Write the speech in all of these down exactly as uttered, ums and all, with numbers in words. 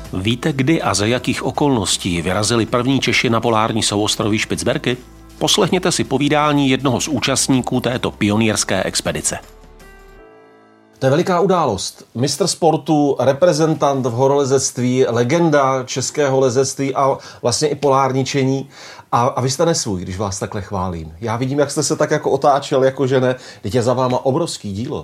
Víte, kdy a za jakých okolností vyrazili první Češi na polární souostroví Špicberky? Poslechněte si povídání jednoho z účastníků této pionýrské expedice. To je veliká událost. Mistr sportu, reprezentant v horolezectví, legenda českého lezectví a vlastně i polárničení. A, a vy jste nesvůj, když vás takhle chválím. Já vidím, jak jste se tak jako otáčel, jako že ne. Teď je za váma obrovský dílo.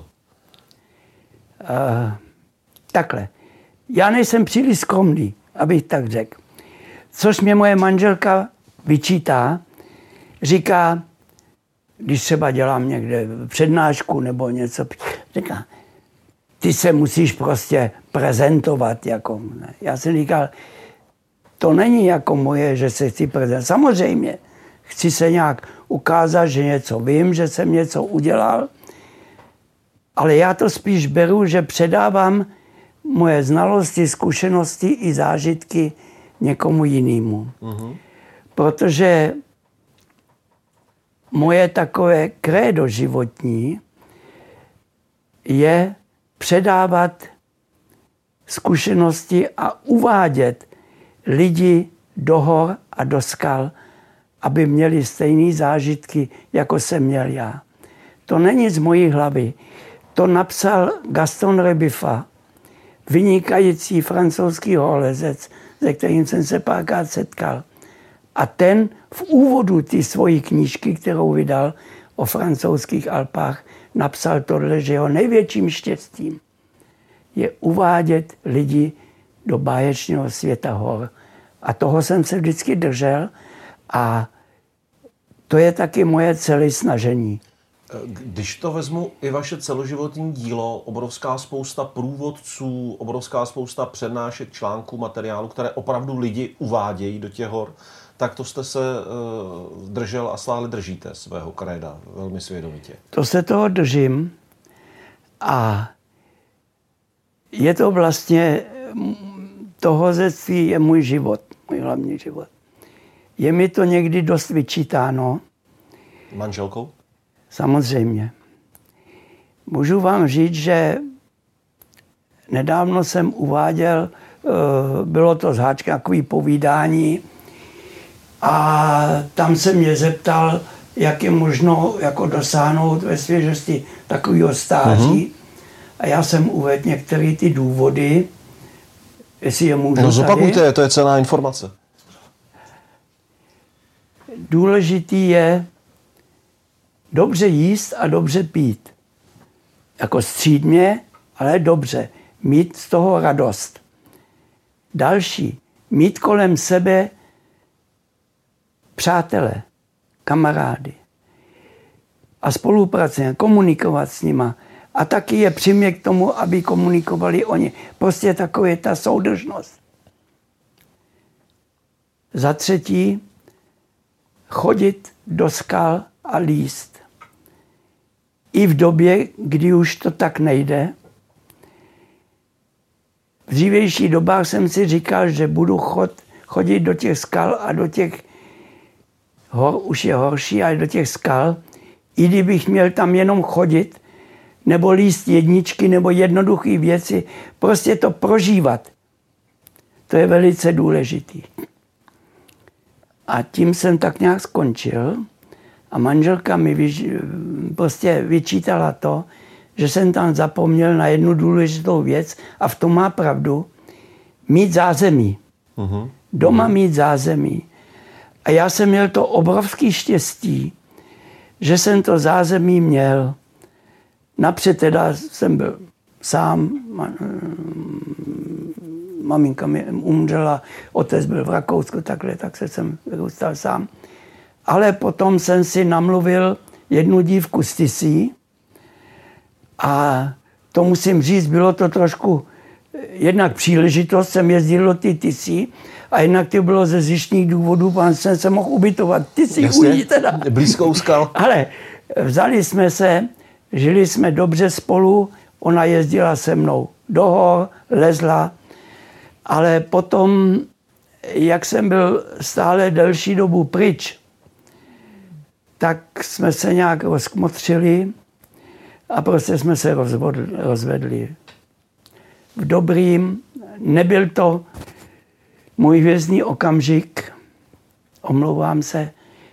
Uh, takhle. Já nejsem příliš skromný, abych tak řekl. Což mě moje manželka vyčítá, říká, když třeba dělám někde přednášku nebo něco, říká, ty se musíš prostě prezentovat. Jako, ne. Já jsem říkal, to není jako moje, že se chci prezentovat. Samozřejmě, chci se nějak ukázat, že něco vím, že jsem něco udělal, ale já to spíš beru, že předávám moje znalosti, zkušenosti i zážitky někomu jinému. Mm-hmm. Protože moje takové krédo životní je předávat zkušenosti a uvádět lidi do hor a do skal, aby měli stejné zážitky, jako jsem měl já. To není z mojí hlavy. To napsal Gaston Rebiffa, vynikající francouzský horolezec, se kterým jsem se párkrát setkal. A ten v úvodu té svojí knížky, kterou vydal o francouzských Alpách, napsal tohle, že jeho největším štěstím je uvádět lidi do báječného světa hor. A toho jsem se vždycky držel a to je taky moje celé snažení. Když to vezmu, i vaše celoživotní dílo, obrovská spousta průvodců, obrovská spousta přednášek, článků, materiálů, které opravdu lidi uvádějí do těch hor, tak to jste se uh, držel a stále držíte svého kréda velmi svědomitě. To se toho držím a je to vlastně, to hozectví je můj život, můj hlavní život. Je mi to někdy dost vyčítáno. Manželkou? Samozřejmě. Můžu vám říct, že nedávno jsem uváděl, bylo to z háčka takový povídání a tam se mě zeptal, jak je možno jako dosáhnout ve svěžosti takového stáří. Uh-huh. A já jsem uvedl některé ty důvody, jestli je můžu No zopakujte, tady. To je cenná informace. Důležitý je dobře jíst a dobře pít. Jako střídmě, ale dobře. Mít z toho radost. Další. Mít kolem sebe přátele, kamarády. A spolupracovat, komunikovat s nima. A taky je přimět k tomu, aby komunikovali oni. Prostě taková je ta soudržnost. Za třetí, chodit do skal a líst. I v době, kdy už to tak nejde. V dřívějších dobách jsem si říkal, že budu chod, chodit do těch skal a do těch hor, už je horší, ale do těch skal, i kdybych měl tam jenom chodit, nebo líst jedničky, nebo jednoduché věci, prostě to prožívat. To je velice důležitý. A tím jsem tak nějak skončil a manželka mi vyž, prostě vyčítala to, že jsem tam zapomněl na jednu důležitou věc a v tom má pravdu, mít zázemí. Uh-huh. Doma uh-huh. mít zázemí. A já jsem měl to obrovské štěstí, že jsem to zázemí měl. Napřed teda jsem byl sám, maminka mi umřela, otec byl v Rakousku, takhle, tak se jsem vyrůstal sám. Ale potom jsem si namluvil jednu dívku z Tisí a to musím říct, bylo to trošku, jednak příležitost, jsem jezdil do ty Tisí a jednak to bylo ze zjištních důvodů, pan jsem se mohl ubytovat. Tisí ují teda. Blízko skal. Ale vzali jsme se, žili jsme dobře spolu, ona jezdila se mnou do hor, lezla, ale potom, jak jsem byl stále delší dobu pryč, tak jsme se nějak rozkmotřili a prostě jsme se rozvedli. V dobrým, nebyl to můj hvězdný okamžik, omlouvám se,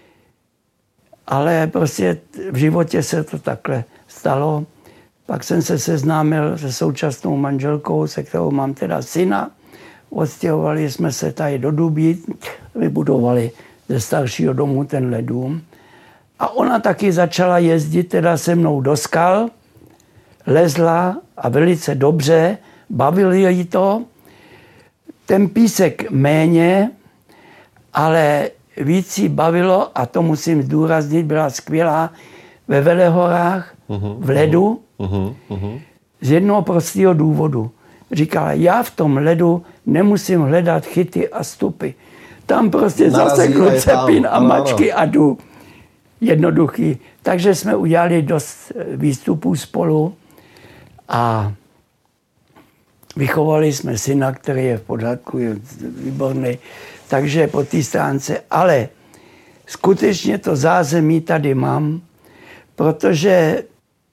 ale prostě v životě se to takhle stalo. Pak jsem se seznámil se současnou manželkou, se kterou mám teda syna. Odstěhovali jsme se tady do Dubí, vybudovali ze staršího domu tenhle dům. A ona taky začala jezdit teda se mnou do skal, lezla a velice dobře, bavilo jí to. Ten písek méně, ale víc jí bavilo, a to musím zdůraznit, byla skvělá ve Velehorách, uh-huh, v ledu, uh-huh, uh-huh. z jednoho prostého důvodu. Říkala, já v tom ledu nemusím hledat chyty a stupy. Tam prostě zaseknu cepín a mačky a jdu. Jednoduchý. Takže jsme udělali dost výstupů spolu a vychovali jsme syna, který je v pořádku, je výborný. Takže po té stránce, ale skutečně to zázemí tady mám, protože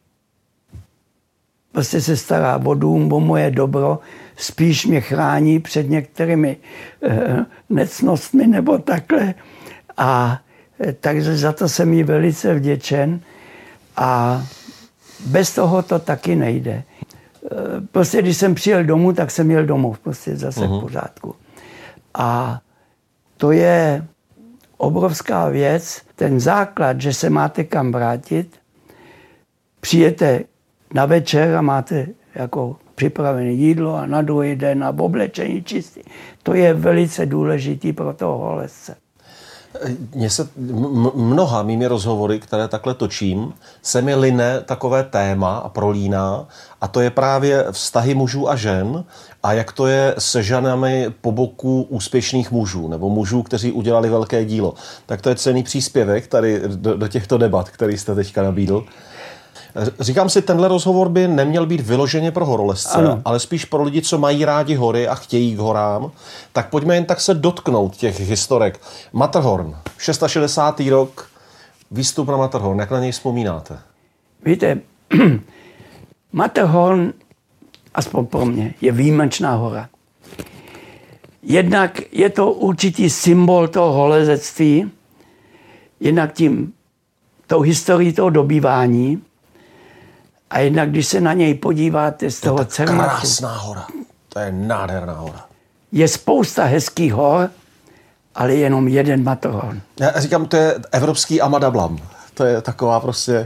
prostě se stará o dům, o moje dobro, spíš mě chrání před některými eh, necnostmi nebo takhle. A eh, takže za to jsem jí velice vděčen a bez toho to taky nejde. Eh, prostě když jsem přijel domů, tak jsem jel domů, prostě zase uh-huh. v pořádku. A to je obrovská věc, ten základ, že se máte kam vrátit, přijete na večer a máte jako připravené jídlo a na druhý den a oblečení čistý. To je velice důležitý pro toho horolezce. Mně se m- mnoha mými rozhovory, které takhle točím, se mi line takové téma a prolíná, a to je právě vztahy mužů a žen a jak to je se ženami po boku úspěšných mužů nebo mužů, kteří udělali velké dílo. Tak to je cenný příspěvek tady do, do těchto debat, který jste teďka nabídl. Říkám si, tenhle rozhovor by neměl být vyloženě pro horolezce, ano. ale spíš pro lidi, co mají rádi hory a chtějí k horám. Tak pojďme jen tak se dotknout těch historek. Matterhorn, šedesátý šestý rok, výstup na Matterhorn. Jak na něj vzpomínáte? Víte, Matterhorn, aspoň pro mě, je výjimečná hora. Jednak je to určitý symbol toho horolezectví, jednak tím, tou historií toho dobývání, a jednak, když se na něj podíváte z toho to je Cermatu... krásná hora. To je nádherná hora. Je spousta hezkých hor, ale jenom jeden Matterhorn. Já říkám, to je evropský Amada Blam. To je taková prostě...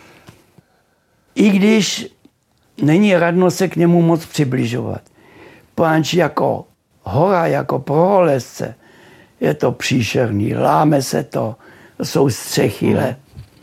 I když není radno se k němu moc přibližovat. Poněvadž jako hora, jako pro horolezce, je to příšerný. Láme se to, jsou střechy, le.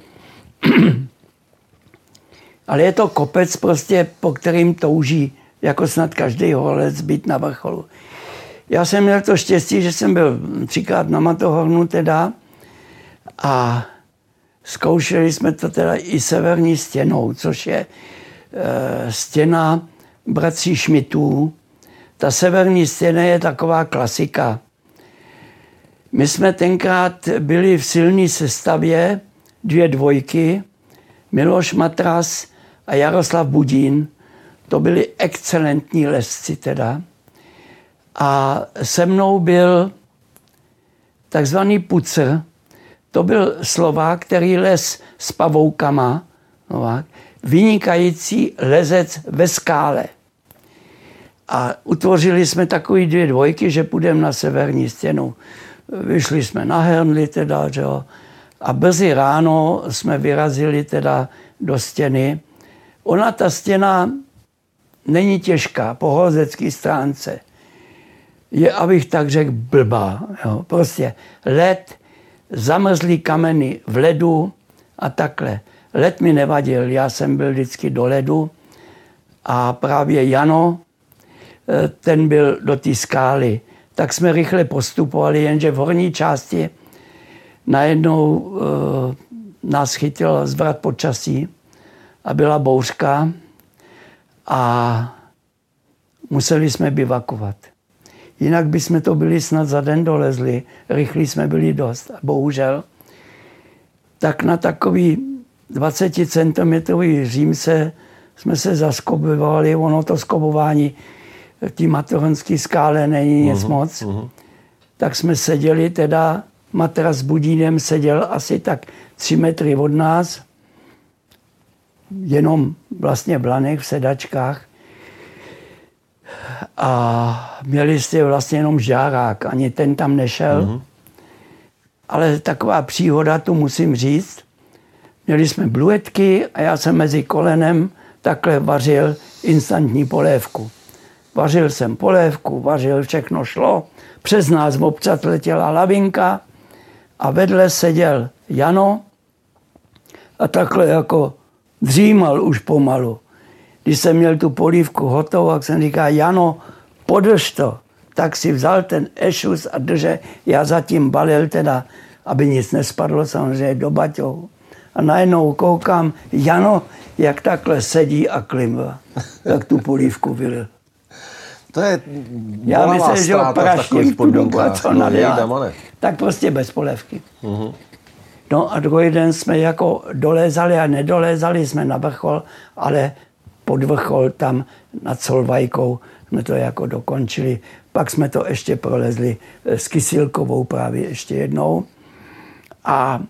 Ale je to kopec prostě, po kterým touží jako snad každý horolec být na vrcholu. Já jsem měl to štěstí, že jsem byl třikrát na Matterhornu teda a zkoušeli jsme to teda i severní stěnou, což je e, stěna bratří Schmidtů. Ta severní stěna je taková klasika. My jsme tenkrát byli v silné sestavě, dvě dvojky, Miloš Matras a Jaroslav Budín. To byli excelentní lezci teda. A se mnou byl takzvaný Pucr. To byl Slovák, který lez s pavoukama. Novák, vynikající lezec ve skále. A utvořili jsme takový dvě dvojky, že půjdeme na severní stěnu. Vyšli jsme na Hernli teda, že jo. A brzy ráno jsme vyrazili teda do stěny. Ona, ta stěna, není těžká po horolezecké stránce. Je, abych tak řekl, blbá. Jo. Prostě led, zamrzlý kameny v ledu a takhle. Led mi nevadil, já jsem byl vždycky do ledu a právě Jano, ten byl do té skály. Tak jsme rychle postupovali, jenže v horní části najednou uh, nás chytil zvrat počasí a byla bouřka a museli jsme bivakovat. Jinak bychom to byli snad za den dolezli, rychlí jsme byli dost. A bohužel, tak na takový dvaceticentimetrový římse jsme se zaskobovali, ono to skobování v té matterhornské skále není nic uh-huh, moc. Uh-huh. tak jsme seděli teda, matras s budínem seděl asi tak tři metry od nás, jenom vlastně v lanech, v sedačkách. A měli jste vlastně jenom žárák, ani ten tam nešel. Mm-hmm. Ale taková příhoda, tu musím říct. Měli jsme bluetky a já jsem mezi kolenem takhle vařil instantní polévku. Vařil jsem polévku, vařil, všechno šlo. Přes nás občas letěla lavinka a vedle seděl Jano a takhle jako dřímal už pomalu. Když jsem měl tu polívku hotovou, tak jsem říkal, Jano, podrž to. Tak si vzal ten ešus a drže. Já zatím balil teda, aby nic nespadlo, samozřejmě do baťou. A najednou koukám, Jano, jak takhle sedí a klimva. Tak tu polívku vylil. To je já myslím, že ho praštil tu dobu a co nadělat. Tak prostě bez polévky. Uh-huh. No a druhý den jsme jako dolézali a nedolézali jsme na vrchol, ale pod vrchol tam nad Solvajkou jsme to jako dokončili. Pak jsme to ještě prolezli s Kysilkovou právě ještě jednou. A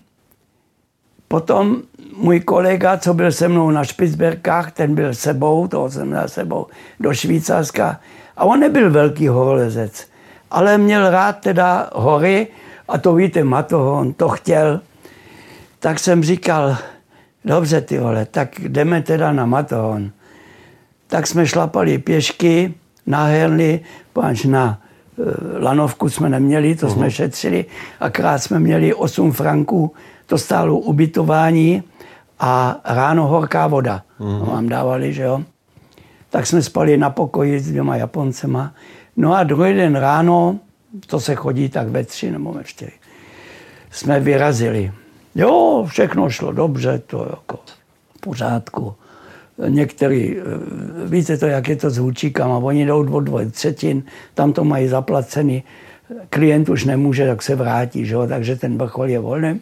potom můj kolega, co byl se mnou na Špicberkách, ten byl sebou, toho jsem měl sebou do Švýcarska. A on nebyl velký horolezec, ale měl rád teda hory a to víte, Matterhorn, to chtěl. Tak jsem říkal, dobře ty vole, tak jdeme teda na Matterhorn. Tak jsme šlapali pěšky na Herny, páč na e, lanovku jsme neměli, to uh-huh. jsme šetřili. Akrát jsme měli osm franků, to stálo ubytování a ráno horká voda. Uh-huh. Vám dávali, že jo. Tak jsme spali na pokoji s dvěma Japoncema. No a druhý den ráno, to se chodí tak ve tři nebo ve čtyři, jsme vyrazili. Jo, všechno šlo dobře, to jako v pořádku. Některý, víte to, jak je to s hůčíkama, oni jdou od dvou třetin, tam to mají zaplacený, klient už nemůže, tak se vrátí, že jo? Takže ten vrchol je volný.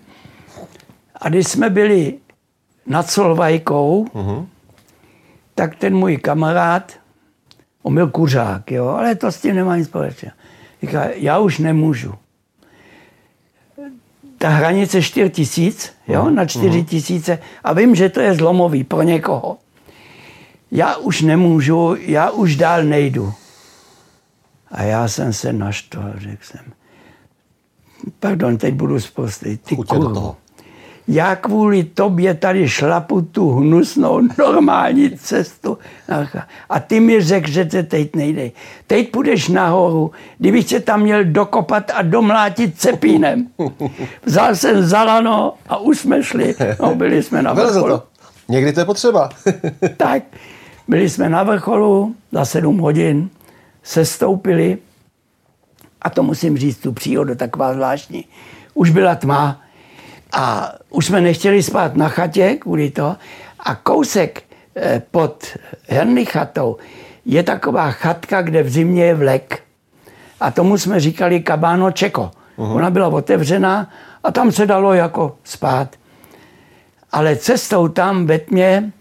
A když jsme byli nad Solvajkou, uh-huh. tak ten můj kamarád, on byl kuřák, jo? Ale to s tím nemá nic společného. Říká, já už nemůžu. Ta hranice čtyři tisíc, jo, na čtyři tisíce a vím, že to je zlomový pro někoho. Já už nemůžu, já už dál nejdu. A já jsem se naštval, řekl jsem, pardon, teď budu sprostý, ty kurvo. Já kvůli tobě tady šlapu tu hnusnou normální cestu. A ty mi řekl, že te teď nejdej. Teď půjdeš nahoru, kdybych tě tam měl dokopat a domlátit cepínem. Vzal jsem za lano a už jsme šli. No, byli jsme na vrcholu. Někdy to je potřeba. Tak, byli jsme na vrcholu za sedm hodin, sestoupili a to musím říct, tu přírodu taková zvláštní. Už byla tma, a už jsme nechtěli spát na chatě kvůli to. A kousek pod Herny chatou je taková chatka, kde v zimě je vlek. A tomu jsme říkali Cabano Čeko. Uh-huh. Ona byla otevřená a tam se dalo jako spát. Ale cestou tam ve tmě,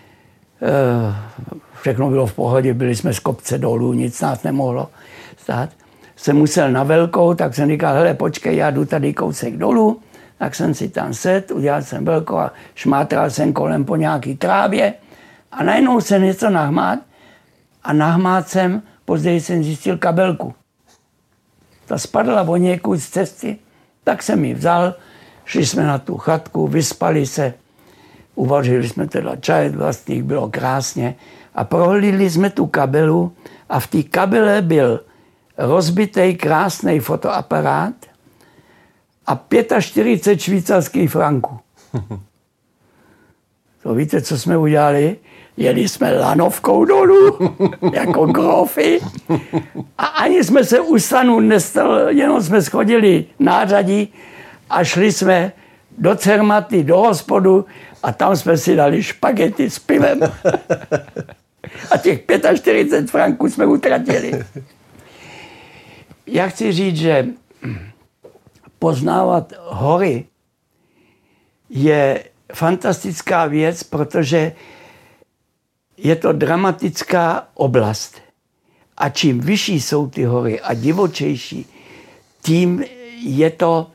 všechno bylo v pohodě, byli jsme z kopce dolů, nic nás nemohlo stát. Jsem musel na velkou, tak jsem říkal, hele, počkej, já jdu tady kousek dolů. Tak jsem si tam sedl, udělal jsem velkou a šmátral jsem kolem po nějaký trávě a najednou jsem něco nahmát a nahmát jsem, později jsem zjistil kabelku. Ta spadla o někud z cesty, tak jsem ji vzal, šli jsme na tu chatku, vyspali se, uvařili jsme teda čaj vlastních, bylo krásně a prohlídli jsme tu kabelu a v té kabele byl rozbitej krásný fotoaparát a čtyřicet pět švýcarských franků. To víte, co jsme udělali? Jeli jsme lanovkou dolů, jako grofy. A ani jsme se u stanu nestali, jenom jsme schodili nářadí a šli jsme do Cermaty, do hospodu a tam jsme si dali špagety s pivem. A těch čtyřicet pět franků jsme utratili. Já chci říct, že poznávat hory je fantastická věc, protože je to dramatická oblast. A čím vyšší jsou ty hory a divočejší, tím je to,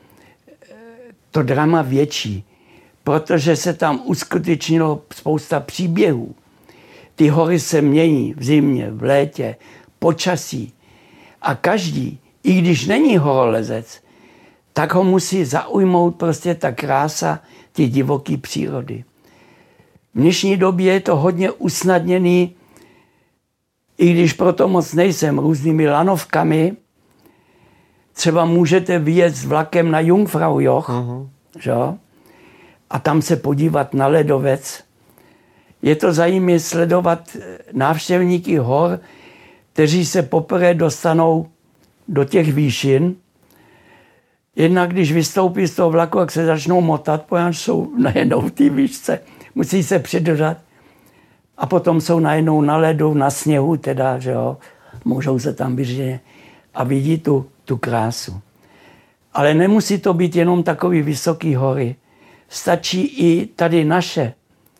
to drama větší, protože se tam uskutečnilo spousta příběhů. Ty hory se mění v zimě, v létě, počasí. A každý, i když není horolezec, tak ho musí zaujmout prostě ta krása ty divoké přírody. V dnešní době je to hodně usnadněný, i když proto moc nejsem, různými lanovkami. Třeba můžete vyjet s vlakem na Jungfraujoch, uh-huh. že? A tam se podívat na ledovec. Je to zajímavé sledovat návštěvníky hor, kteří se poprvé dostanou do těch výšin. Jednak když vystoupí z toho vlaku, jak se začnou motat, poněvadž jsou najednou v té výšce, musí se přidržet. A potom jsou najednou na ledu, na sněhu teda, že jo, můžou se tam vyřídit a vidí tu, tu krásu. Ale nemusí to být jenom takový vysoký hory. Stačí i tady naše.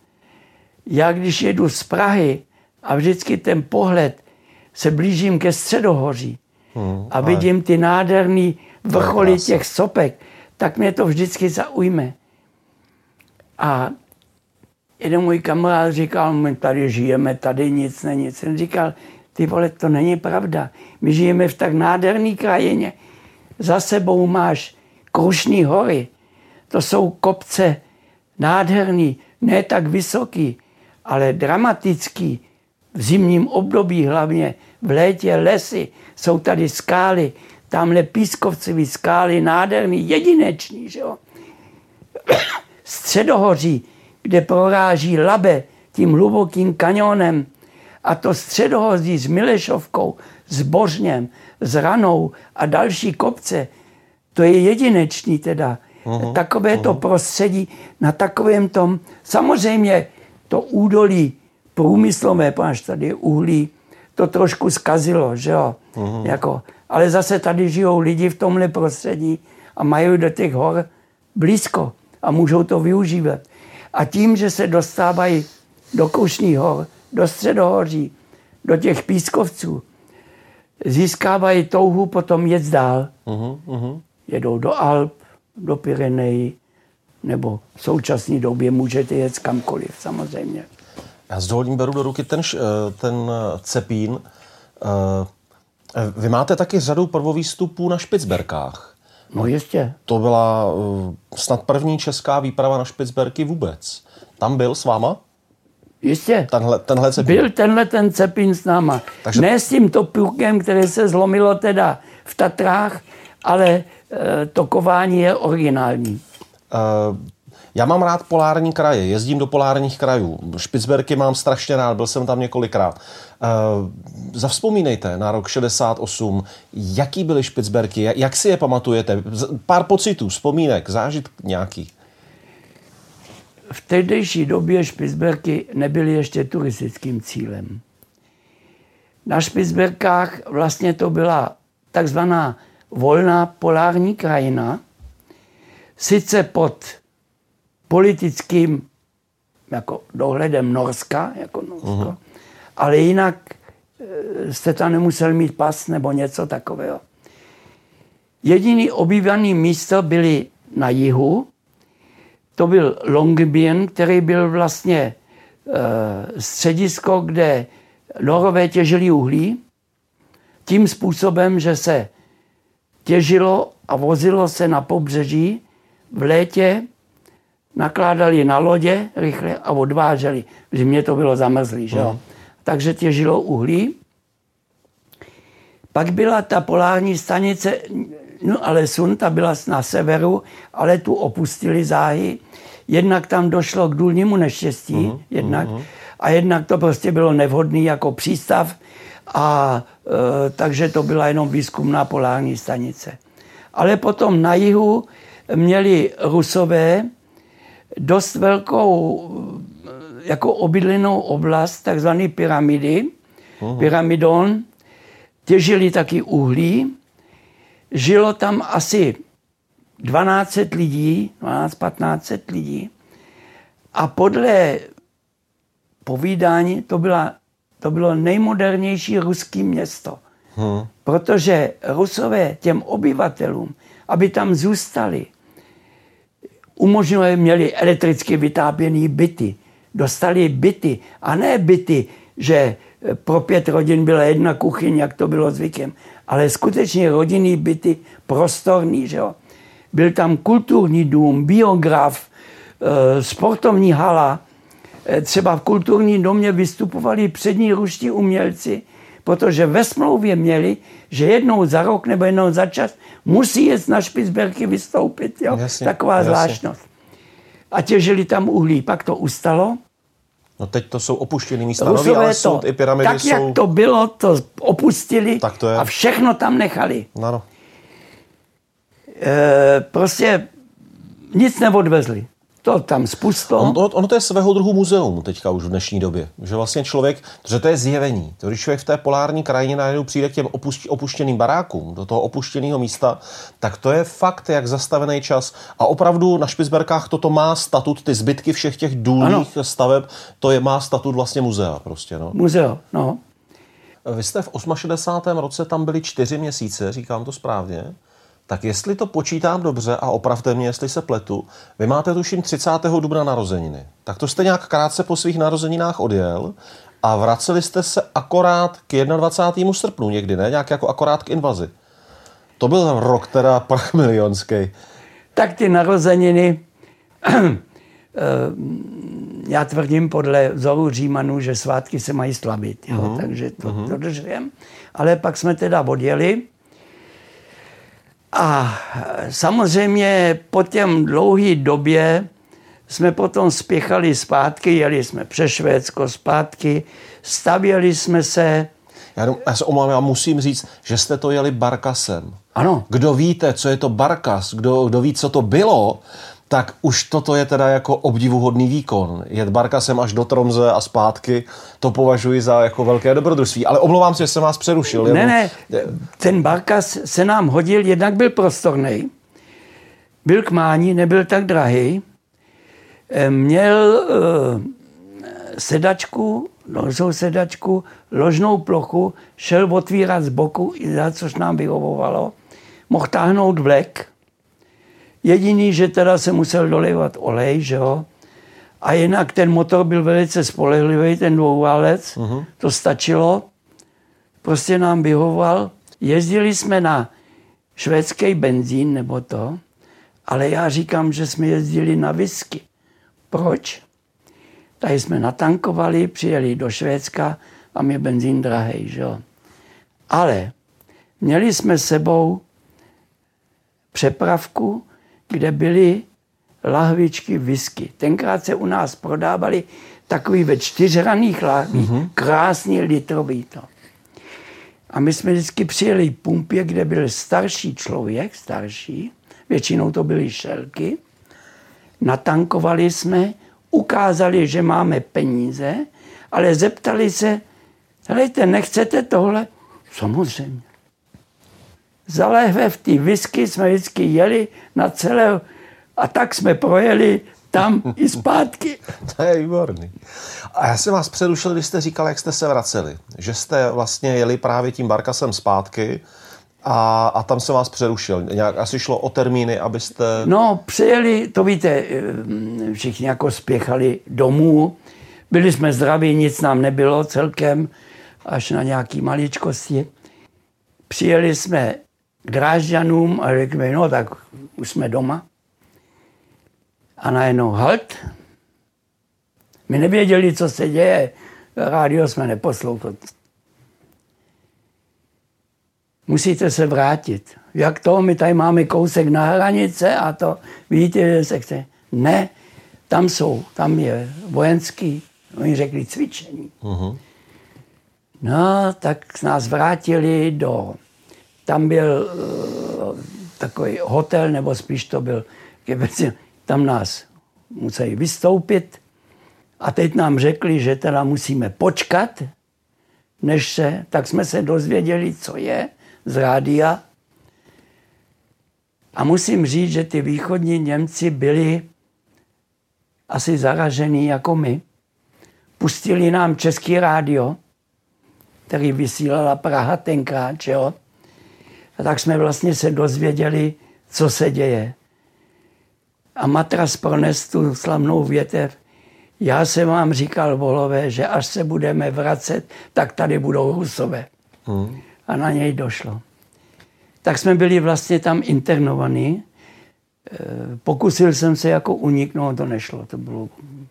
Já když jedu z Prahy a vždycky ten pohled se blížím ke Středohoří hmm, a vidím ty nádherný vrcholy těch sopek, tak mě to vždycky zaujme. A jeden můj kamarád říkal, my tady žijeme, tady nic není. Jsem říkal, ty vole, to není pravda. My žijeme v tak nádherné krajině. Za sebou máš Krušní hory. To jsou kopce nádherný, ne tak vysoký, ale dramatický. V zimním období hlavně, v létě lesy, jsou tady skály, tamhle pískovcový skály, nádherný, jedinečný, že jo. Středohoří, kde proráží Labe tím hlubokým kanionem, a to Středohoří s Milešovkou, s Božněm, s Ranou a další kopce, to je jedinečný teda. Uhum, takové uhum. To prostředí na takovém tom, samozřejmě to údolí průmyslové, protože tady je uhlí, to trošku zkazilo, že jo. Jako, ale zase tady žijou lidi v tomhle prostředí a mají do těch hor blízko a můžou to využívat. A tím, že se dostávají do Krušných hor, do Středohoří, do těch pískovců, získávají touhu potom jet dál. Uhum, uhum. Jedou do Alp, do Pyrenejí, nebo v současné době můžete jet kamkoliv, samozřejmě. Já s dovolením beru do ruky ten, ten Cepín. Vy máte taky řadu prvovýstupů na Špicberkách. No jistě. To byla snad první česká výprava na Špicberky vůbec. Tam byl s váma? Jistě. Tenhle, tenhle Cepín. Byl tenhle ten Cepín s náma. Takže... Ne s tím topůrkem, který se zlomilo teda v Tatrách, ale to kování je originální. Uh, já mám rád polární kraje, jezdím do polárních krajů. Špicberky mám strašně rád, byl jsem tam několikrát. Uh, zavzpomínejte na rok šedesát osm, jaký byly Špicberky, jak, jak si je pamatujete? Pár pocitů, vzpomínek, zážitek nějaký. V tehdejší době Špicberky nebyly ještě turistickým cílem. Na Špicberkách vlastně to byla takzvaná volná polární krajina, sice pod politickým jako dohledem Norska, jako Norsko, uh-huh. ale jinak jste tam nemusel mít pas nebo něco takového. Jediný obývaný místo byly na jihu, to byl Longyearbyen, který byl vlastně e, středisko, kde Norové těžili uhlí, tím způsobem, že se těžilo a vozilo se na pobřeží, v létě nakládali na lodě rychle a odváželi. V zimě to bylo zamrzlý, že jo. Mm. Takže těžilo uhlí. Pak byla ta polární stanice, no ale Sun, ta byla na severu, ale tu opustili záhy. Jednak tam došlo k důlnímu neštěstí, mm. jednak, mm. a jednak to prostě bylo nevhodný jako přístav, a e, takže to byla jenom výzkumná polární stanice. Ale potom na jihu měli Rusové dost velkou jako obydlenou oblast, takzvaný pyramidy, uh-huh. pyramidon, těžili taky uhlí, žilo tam asi dvanáct set lidí, dvanáct patnáct set lidí a podle povídání to byla To bylo nejmodernější ruské město. Hmm. Protože Rusové těm obyvatelům, aby tam zůstali, umožňovali, měli elektricky vytápěné byty. Dostali byty a ne byty, že pro pět rodin byla jedna kuchyň, jak to bylo zvykem, ale skutečně rodinný byty prostorný, že jo. Byl tam kulturní dům, biograf, sportovní hala. Třeba v kulturním domě vystupovali přední ruští umělci, protože ve smlouvě měli, že jednou za rok nebo jednou za čas musí jet na Špicberky vystoupit. Jo? Jasně, taková jasně. zvláštnost. A těžili tam uhlí. Pak to ustalo. No teď to jsou opuštěný místa. Nový, ale to, i pyramidy tak, jsou... jak to bylo, to opustili tak to je. A všechno tam nechali. Ano. E, prostě nic neodvezli. To tam spustlo. On, ono to je svého druhu muzeum teďka už v dnešní době. Že vlastně člověk, že to je zjevení. To, když člověk v té polární krajině najednou přijde k těm opuštěným barákům, do toho opuštěného místa, tak to je fakt, jak zastavený čas. A opravdu na Špicberkách toto má statut, ty zbytky všech těch důlních ano. staveb, to je, má statut vlastně muzea. Prostě, no. Muzeo, no. Vy jste v šedesátém osmém roce tam byli čtyři měsíce, říkám to správně. Tak jestli to počítám dobře a opravte mě, jestli se pletu, vy máte tuším třicátého dubna narozeniny. Tak to jste nějak krátce po svých narozeninách odjel a vraceli jste se akorát k dvacátého prvního srpnu někdy, ne? Nějak jako akorát k invazi. To byl rok teda prachmilionský. Tak ty narozeniny, já tvrdím podle vzoru Římanů, že svátky se mají slavit, jo? Uh-huh. takže to uh-huh. dodržujem. Ale pak jsme teda odjeli. A samozřejmě po těm dlouhé době jsme potom spěchali zpátky, jeli jsme přes Švédsko zpátky, stavěli jsme se. Já, já se omlouvám, já musím říct, že jste to jeli barkasem. Ano. Kdo víte, co je to barkas, kdo, kdo ví, co to bylo, tak už toto je teda jako obdivuhodný výkon. Jet barkasem až do Tromze a zpátky, to považuji za jako velké dobrodružství. Ale omlouvám se, že jsem vás přerušil. Ne, ne, ten barkas se nám hodil, jednak byl prostornej, byl k mání, nebyl tak drahý, měl uh, sedačku, ložnou sedačku, ložnou plochu, šel otvírat z boku, za což nám vyhovovalo, mohl táhnout vlek. Jediný, že teda se musel dolévat olej, že jo. A jinak ten motor byl velice spolehlivý, ten dvouválec, uh-huh. to stačilo. Prostě nám vyhovoval. Jezdili jsme na švédský benzín nebo to, ale já říkám, že jsme jezdili na whisky. Proč? Tady jsme natankovali, přijeli do Švédska a mě benzín drahej, že jo. Ale měli jsme sebou přepravku, kde byly lahvičky whisky. Tenkrát se u nás prodávali takový ve čtyřhranných lahvích, mm-hmm. krásný litrový to. A my jsme vždycky přijeli k pumpě, kde byl starší člověk, starší, většinou to byly šelky, natankovali jsme, ukázali, že máme peníze, ale zeptali se, helejte, nechcete tohle? Samozřejmě. Za lahve v té whisky jsme vždycky jeli na celé a tak jsme projeli tam i zpátky. To je výborný. A já jsem vás přerušil, když jste říkal, jak jste se vraceli. Že jste vlastně jeli právě tím barkasem zpátky a, a tam se vás přerušil. Nějak asi šlo o termíny, abyste... No, přijeli, to víte, všichni jako spěchali domů. Byli jsme zdraví, nic nám nebylo celkem, až na nějaký maličkosti. Přijeli jsme k Drážďanům a řekli, no tak už jsme doma. A najednou halt. My nevěděli, co se děje. Rádio jsme neposlouchali. Musíte se vrátit. Jak to? My tady máme kousek na hranice a to vidíte, že se chce. Ne, tam jsou, tam je vojenský, oni řekli cvičení. Uh-huh. No, tak nás vrátili do... Tam byl uh, takový hotel, nebo spíš to byl... Tam nás museli vystoupit a teď nám řekli, že teda musíme počkat, než se... Tak jsme se dozvěděli, co je z rádia. A musím říct, že ty východní Němci byli asi zaražení jako my. Pustili nám český rádio, který vysílala Praha tenkrát, jo. A tak jsme vlastně se dozvěděli, co se děje. A Matras prones tu slavnou větev. Já jsem vám říkal, volové, že až se budeme vracet, tak tady budou Rusové. Hmm. A na něj došlo. Tak jsme byli vlastně tam internovaní. Pokusil jsem se jako uniknout, to nešlo. To bylo...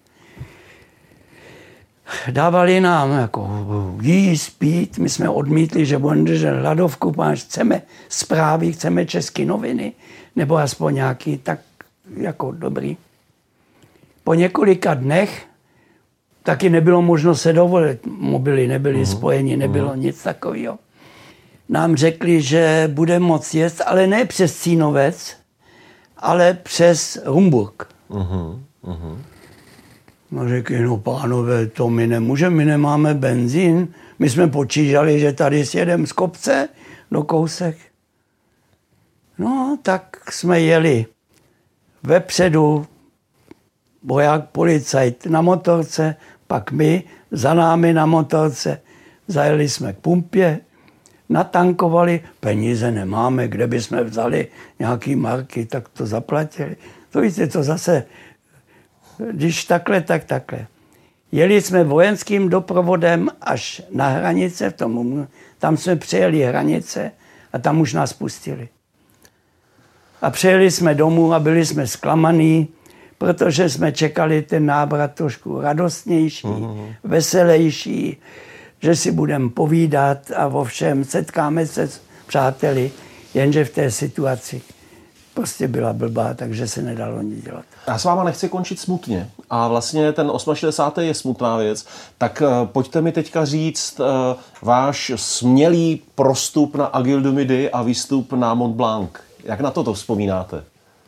Dávali nám jako jíst, pít. My jsme odmítli, že budeme držet hladovku, páč, chceme zprávy, chceme české noviny, nebo aspoň nějaký, tak jako dobrý. Po několika dnech taky nebylo možno se dovolit. Mobily nebyly uh-huh. spojeni, nebylo uh-huh. nic takového. Nám řekli, že bude moct jet, ale ne přes Cínovec, ale přes Rumburk. Uh-huh. Uh-huh. No řekli, no pánové, to my nemůžeme, my nemáme benzín. My jsme počítali, že tady sjedeme z kopce do kousek. No, tak jsme jeli vepředu, voják, policajt na motorce, pak my, za námi na motorce. Zajeli jsme k pumpě, natankovali, peníze nemáme, kde bychom vzali nějaký marky, tak to zaplatili. To víte, to zase, když takhle, tak takhle. Jeli jsme vojenským doprovodem až na hranice, v tom, tam jsme přejeli hranice a tam už nás pustili. A přejeli jsme domů a byli jsme zklamaný, protože jsme čekali ten návrat trošku radostnější, mm-hmm. veselější, že si budeme povídat a o všem setkáme se s přáteli, jenže v té situaci prostě byla blbá, takže se nedalo nic dělat. Já s váma nechci končit smutně a vlastně ten šedesátý osmý je smutná věc, tak pojďte mi teďka říct váš smělý prostup na Aiguille du Midi a výstup na Mont Blanc. Jak na toto vzpomínáte?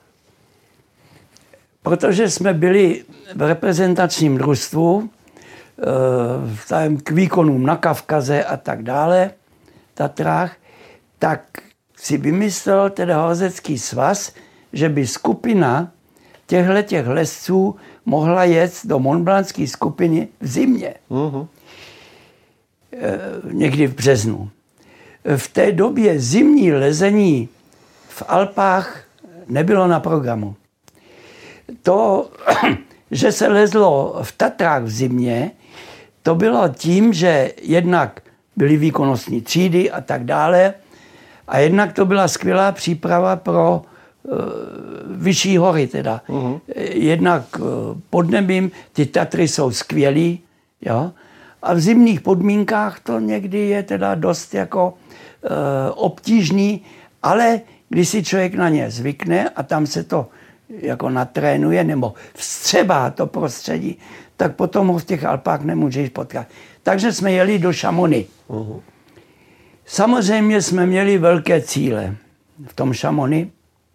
Protože jsme byli v reprezentačním družstvu, k výkonům na Kavkaze a tak dále, Tatrách, tak si vymyslel teda Hořecký svaz, že by skupina těchto lesců mohla jet do montblanské skupiny v zimě. Uh-huh. Někdy v březnu. V té době zimní lezení v Alpách nebylo na programu. To, že se lezlo v Tatrách v zimě, to bylo tím, že jednak byly výkonnostní třídy a tak dále, a jednak to byla skvělá příprava pro uh, vyšší hory teda. Uh-huh. Jednak uh, pod nebím, ty Tatry jsou skvělý, jo? A v zimních podmínkách to někdy je teda dost jako uh, obtížný, ale když si člověk na ně zvykne a tam se to jako natrénuje nebo vstřebá to prostředí, tak potom ho v těch Alpách nemůžeš potkat. Takže jsme jeli do Chamonix. Uh-huh. Samozřejmě jsme měli velké cíle v tom Chamonix,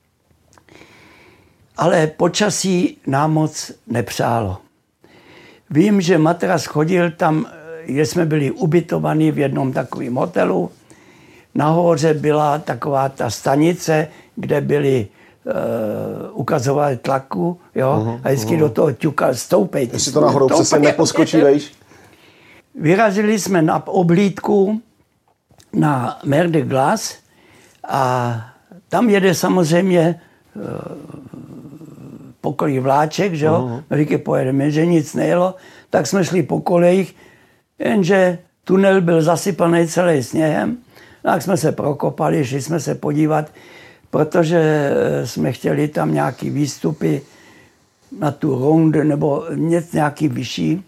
ale počasí nám moc nepřálo. Vím, že Matras chodil tam, kde jsme byli ubytovaní v jednom takovém hotelu. Nahoře byla taková ta stanice, kde byli uh, ukazovali tlaku, jo, uh-huh, a vždycky uh-huh. do toho ťukal, stoupej. Jestli to nahoru přesně neposkočí, vejš. Vyrazili jsme na oblídku na Mer de Glace a tam jede samozřejmě uh, pokolí vláček, že jo, uh-huh. říkají, pojedeme, že nic nejelo, tak jsme šli po kolejích, jenže tunel byl zasypaný celý sněhem, tak jsme se prokopali, šli jsme se podívat, protože jsme chtěli tam nějaký výstupy na tu ronde nebo něco nějaký vyšší.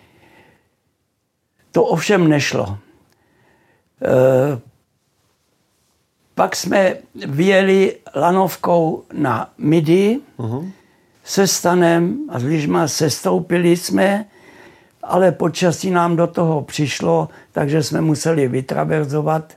To ovšem nešlo. E, pak jsme vyjeli lanovkou na Midi uh-huh. se Stanem a s lyžma sestoupili jsme, ale počasí nám do toho přišlo, takže jsme museli vytraverzovat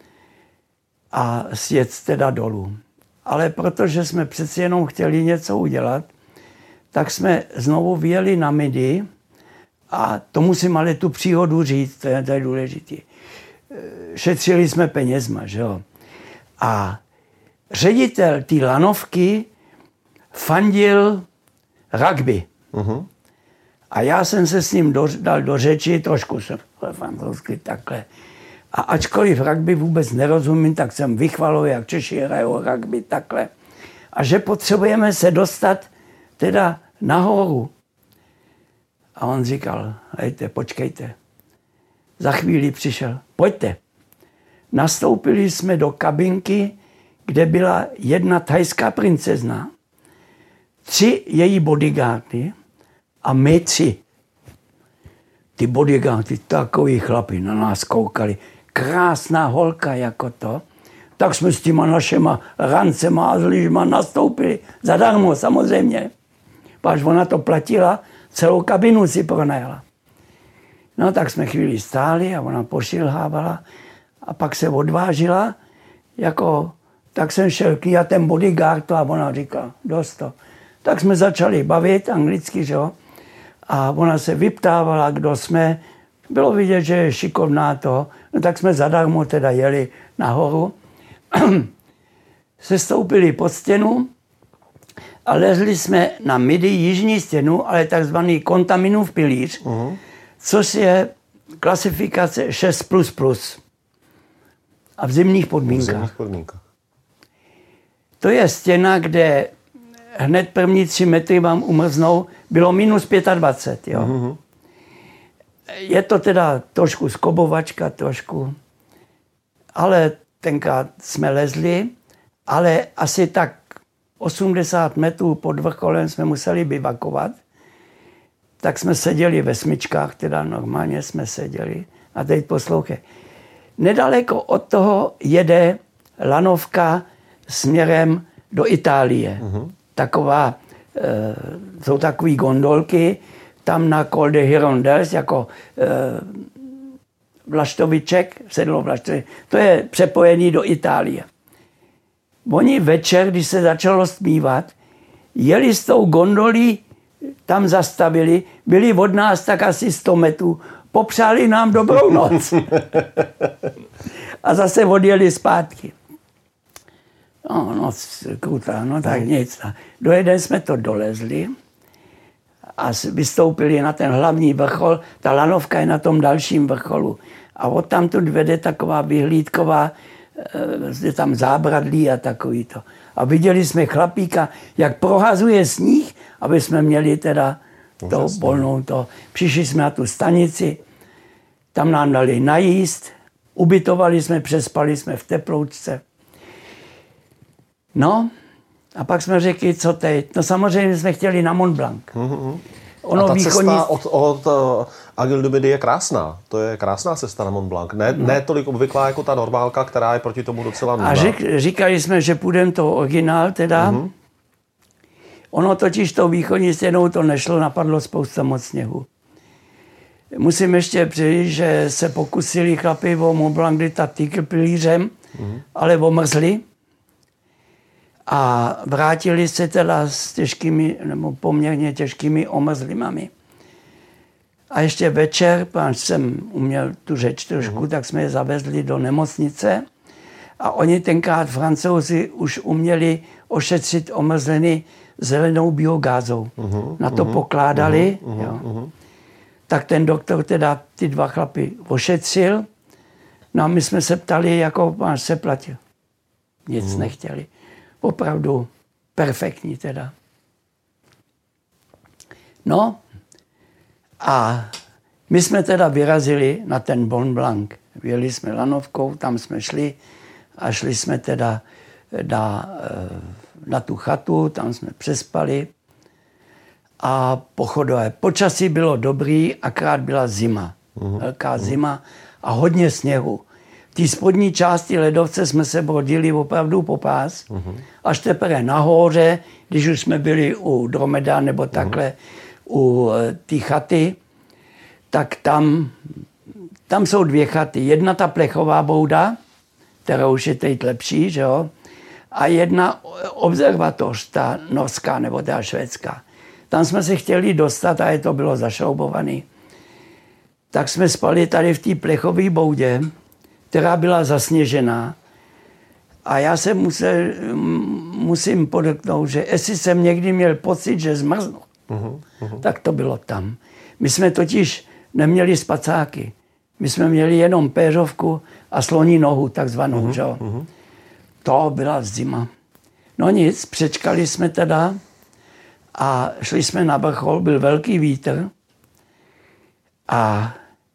a sjet teda dolů. Ale protože jsme přeci jenom chtěli něco udělat, tak jsme znovu vyjeli na Midi a to musím ale tu příhodu říct, to je, to je důležité. Šetřili jsme penězma, že jo. A ředitel té lanovky fandil rugby. Uh-huh. A já jsem se s ním do, dal do řeči, trošku jsem francouzsky takhle. A ačkoliv rugby vůbec nerozumím, tak jsem vychvaloval, jak Češi hrajou rugby takhle. A že potřebujeme se dostat teda nahoru. A on říkal, hejte, počkejte. Za chvíli přišel, pojďte. Nastoupili jsme do kabinky, kde byla jedna thajská princezna, tři její bodyguardy a my tři. Ty bodyguardy, takový chlapi, na nás koukali. Krásná holka jako to. Tak jsme s těma našima rancema a zlížma nastoupili. Zadarmo samozřejmě. Páč ona to platila, celou kabinu si pronajala. No tak jsme chvíli stáli a ona pošilhávala a pak se odvážila, jako, tak jsem šel k ní a ten bodyguard a ona říkala, dost to. Tak jsme začali bavit anglicky, že jo? A ona se vyptávala, kdo jsme. Bylo vidět, že je šikovná to. No tak jsme zadarmo teda jeli nahoru. Sestoupili pod stěnu a lezli jsme na midi jižní stěnu, ale takzvaný kontaminův pilíř, uh-huh. což je klasifikace šest plus plus. A v zimních podmínkách. V zimních podmínkách. To je stěna, kde hned první tři metry vám umrznou, bylo minus dvacet pět, jo. Uh-huh. Je to teda trošku skobovačka, trošku, ale tenkrát jsme lezli, ale asi tak osmdesát metrů pod vrcholem jsme museli bivakovat, tak jsme seděli ve smyčkách, teda normálně jsme seděli. A teď poslouchej. Nedaleko od toho jede lanovka směrem do Itálie. Uh-huh. Taková, e, jsou takové gondolky, tam na Col de Hirondelles, jako e, Vlaštoviček, sedlo Vlaštoviček, to je přepojený do Itálie. Oni večer, když se začalo stmívat, jeli s tou gondolí, tam zastavili, byli od nás tak asi sto metrů, popřáli nám dobrou noc. A zase odjeli zpátky. No, noc krutá, no tak nic. Do jeden jsme to dolezli a vystoupili na ten hlavní vrchol. Ta lanovka je na tom dalším vrcholu. A odtamtud vede taková vyhlídková, je tam zábradlí a takový to. A viděli jsme chlapíka, jak prohazuje sníh, aby jsme měli teda to volnou to. Přišli jsme na tu stanici, tam nám dali najíst, ubytovali jsme, přespali jsme v teploučce. No, a pak jsme řekli, co teď? No samozřejmě jsme chtěli na Mont Blanc. Mm-hmm. Ono a ta východní... cesta od, od uh, Agile du Midi je krásná. To je krásná cesta na Mont Blanc. Ne, no. ne tolik obvyklá jako ta normálka, která je proti tomu docela nudná. A řek, říkali jsme, že půjdeme to originál teda. Mm-hmm. Ono totiž tou východní stěnou to nešlo, napadlo spousta moc sněhu. Musím ještě přijít, že se pokusili chlapi o Mont Blanc lítat pilířem, mm-hmm. ale omrzli. A vrátili se teda s těžkými, nebo poměrně těžkými omrzlimami. A ještě večer, protože jsem uměl tu řeč trošku, mm. tak jsme je zavezli do nemocnice. A oni tenkrát, Francouzi, už uměli ošetřit omrzliny zelenou biogázou. Mm. Na to mm. pokládali. Mm. Jo. Mm. Tak ten doktor teda ty dva chlapy ošetřil. No a my jsme se ptali, jako pán se platil. Nic mm. nechtěli. Opravdu perfektní teda. No a my jsme teda vyrazili na ten Mont Blanc. Vyjeli jsme lanovkou, tam jsme šli a šli jsme teda na, na tu chatu, tam jsme přespali a pochodové. Počasí bylo dobrý, akrát byla zima. Uhum. Velká zima a hodně sněhu. V té spodní části ledovce jsme se brodili opravdu po pás. Uh-huh. Až teprve nahoře, když už jsme byli u Dromeda nebo takhle uh-huh. u té chaty, tak tam, tam jsou dvě chaty. Jedna ta plechová bouda, která už je teď lepší, že jo? A jedna observatoř, ta norská nebo ta švédská. Tam jsme se chtěli dostat a je to bylo zašroubované. Tak jsme spali tady v té plechové boudě, která byla zasněžená. A já se musel, musím podotknout, že jestli jsem někdy měl pocit, že zmrznu, uh-huh, uh-huh. tak to bylo tam. My jsme totiž neměli spacáky. My jsme měli jenom péřovku a sloní nohu, takzvanou, uh-huh, že jo. Uh-huh. To byla zima. No nic, přečkali jsme teda a šli jsme na vrchol, byl velký vítr a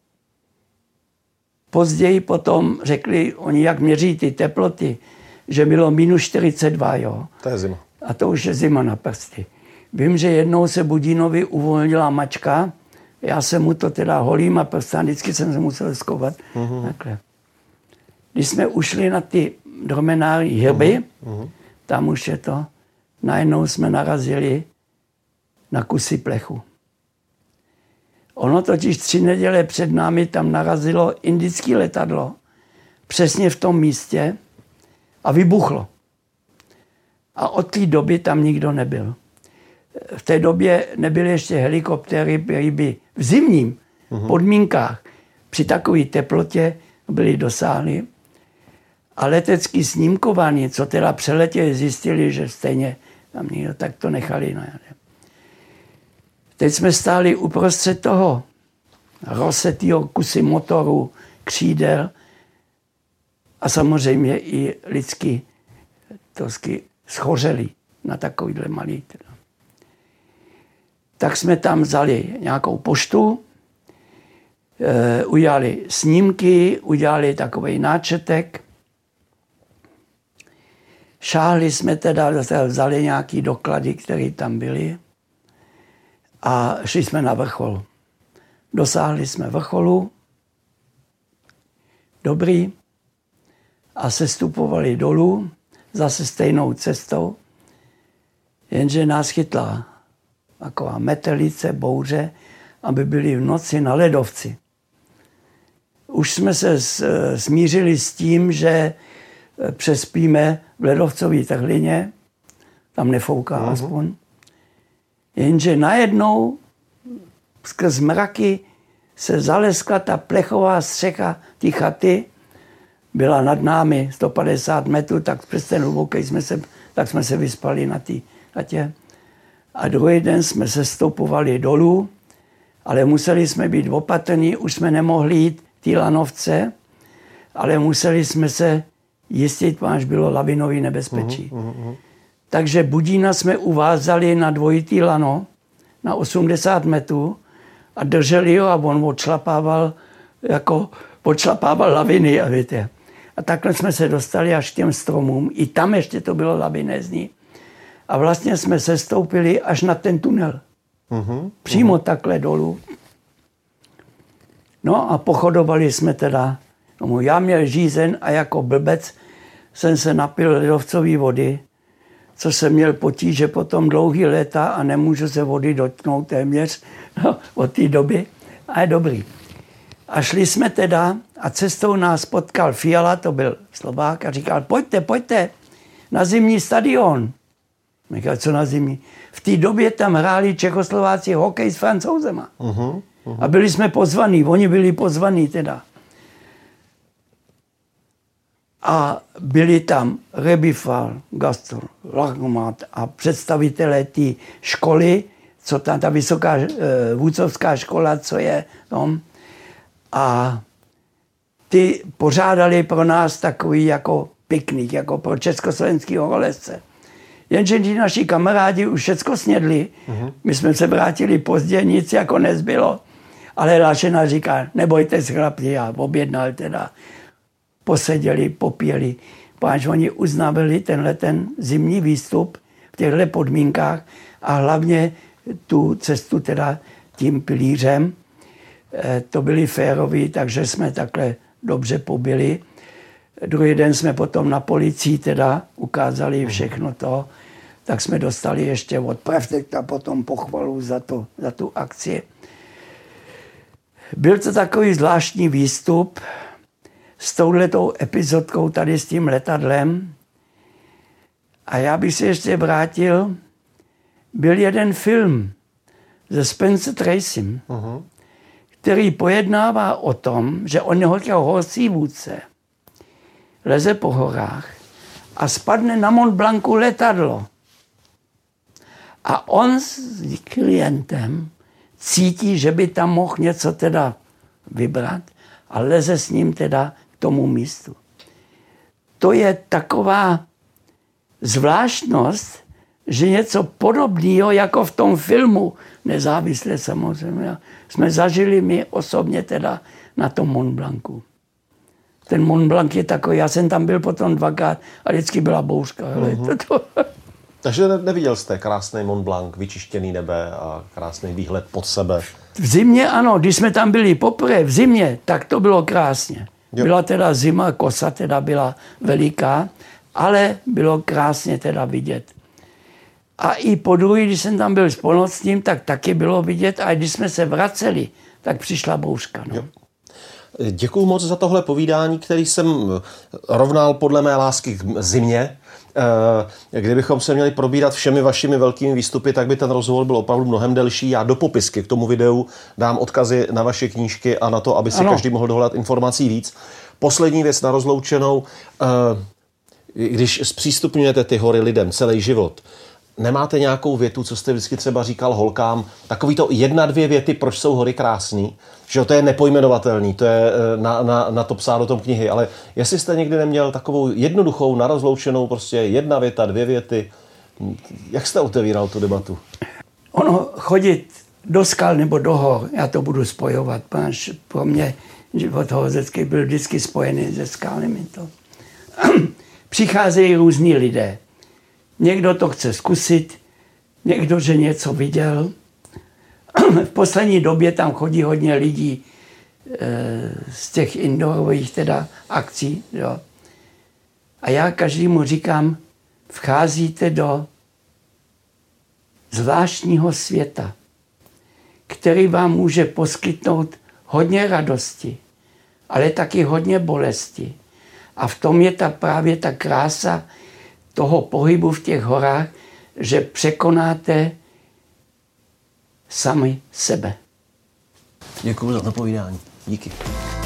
později potom řekli, oni jak měří ty teploty, že bylo minus čtyřicet dva, jo. To je zima. A to už je zima na prsty. Vím, že jednou se Budínovi uvolnila mačka, já jsem mu to teda holýma prstama, vždycky jsem se musel skovat. Uh-huh. Takhle. Když jsme ušli na ty dromenární hrby, uh-huh. tam už je to, najednou jsme narazili na kusy plechu. Ono totiž tři neděle před námi tam narazilo indické letadlo, přesně v tom místě a vybuchlo. A od té doby tam nikdo nebyl. V té době nebyly ještě helikoptéry, které by v zimním uh-huh. podmínkách při takové teplotě byly dosáhly. A letecký snímkování, co teda přeletěli, zjistili, že stejně tam nikdo, tak to nechali. No, teď jsme stáli uprostřed toho rozsetýho kusy motoru, křídel a samozřejmě i lidsky tosky schořeli na takovýhle malý. Teda. Tak jsme tam vzali nějakou poštu, e, udělali snímky, udělali takový náčetek. Šáhli jsme teda, vzali nějaký doklady, které tam byly a šli jsme na vrchol. Dosáhli jsme vrcholu, dobrý, a sestupovali dolů, zase stejnou cestou, jenže nás chytla taková metelice, bouře, aby byli v noci na ledovci. Už jsme se smířili s tím, že přespíme v ledovcové trhlině, tam nefouká uh-huh. aspoň. Jenže najednou skrz mraky se zaleskla ta plechová střecha té chaty, byla nad námi sto padesát metrů, tak přes ten hluboký jsme se, tak jsme se vyspali na té chatě. A druhý den jsme se stopovali dolů, ale museli jsme být opatrní, už jsme nemohli jít té lanovce, ale museli jsme se jistit, až bylo lavinový nebezpečí. Uh-huh, uh-huh. Takže Budína jsme uvázali na dvojitý lano, na osmdesát metrů a drželi ho a on odšlapával, jako odšlapával laviny. A, víte. A takhle jsme se dostali až k těm stromům. I tam ještě to bylo lavinézní. A vlastně jsme se stoupili až na ten tunel. Uh-huh, Přímo uh-huh. takhle dolů. No a pochodovali jsme teda. No, já měl žízeň a jako blbec jsem se napil ledovcové vody, co jsem měl potíže potom dlouhý léta a nemůžu se vody dotknout téměř no, od té doby. A je dobrý. A šli jsme teda a cestou nás potkal Fiala, to byl Slovák, a říkal, pojďte, pojďte na zimní stadion. Říkal, co na zimní? V té době tam hráli Čechoslováci hokej s Francouzema. Uh-huh, uh-huh. A byli jsme pozvaní, oni byli pozvaní teda. A byli tam Rebifal, Gaston, Lachmat a představitelé té školy, co tam, ta vysoká e, vůdcovská škola, co je tam. A ty pořádali pro nás takový jako piknik, jako pro československého horolezce. Jenže ti naši kamarádi už všecko snědli. Uh-huh. My jsme se vrátili pozdě, nic jako nezbylo. Ale Lášena říká, nebojte se chlapci, já objednal teda. Poseděli, popěli. Páč oni uznávali tenhle ten zimní výstup v těchto podmínkách a hlavně tu cestu teda tím pilířem. E, to byli féroví, takže jsme takhle dobře pobyli. Druhý den jsme potom na policii teda ukázali všechno to, tak jsme dostali ještě od prefekta potom pochvalu za, to, za tu akci. Byl to takový zvláštní výstup s touhletou epizodkou tady s tím letadlem. A já bych se ještě vrátil, byl jeden film se Spencer Tracym, uh-huh. který pojednává o tom, že on je horský vůdce, leze po horách a spadne na Mont Blancu letadlo. A on s klientem cítí, že by tam mohl něco teda vybrat a leze s ním teda tomu místu. To je taková zvláštnost, že něco podobného, jako v tom filmu, nezávisle samozřejmě, jsme zažili my osobně teda na tom Mont Blancu. Ten Mont Blanc je takový, já jsem tam byl potom dvakrát a vždycky byla bouřka. Mm-hmm. to, to. Takže neviděl jste krásný Mont Blanc, vyčištěný nebe a krásný výhled pod sebe? V zimě ano, když jsme tam byli poprvé v zimě, tak to bylo krásně. Jo. Byla teda zima, kosa teda byla veliká, ale bylo krásně teda vidět. A i po druhý, když jsem tam byl s polnocním, tak taky bylo vidět. A když jsme se vraceli, tak přišla bouřka. No. Děkuju moc za tohle povídání, který jsem rovnal podle mé lásky k zimě. Kdybychom se měli probírat všemi vašimi velkými výstupy, tak by ten rozhovor byl opravdu mnohem delší. Já do popisky k tomu videu dám odkazy na vaše knížky a na to, aby si ano. každý mohl dohledat informací víc. Poslední věc na rozloučenou. Když zpřístupňujete ty hory lidem celý život, nemáte nějakou větu, co jste vždycky třeba říkal holkám, takový to jedna, dvě věty, proč jsou hory krásný, že to je nepojmenovatelný, to je na, na, na to psát do tom knihy, ale jestli jste někdy neměl takovou jednoduchou, na rozloučenou, prostě jedna věta, dvě věty, jak jste otevíral tu debatu? Ono chodit do skal nebo do hor, já to budu spojovat, páš, pro mě život hořecký byl vždycky spojený se skalami. To. Přicházejí různí lidé. Někdo to chce zkusit, někdo, že něco viděl. V poslední době tam chodí hodně lidí e, z těch indoorových teda akcí. Jo. A já každému říkám, vcházíte do zvláštního světa, který vám může poskytnout hodně radosti, ale taky hodně bolesti. A v tom je ta právě ta krása toho pohybu v těch horách, že překonáte sami sebe. Děkuji za to povídání. Díky.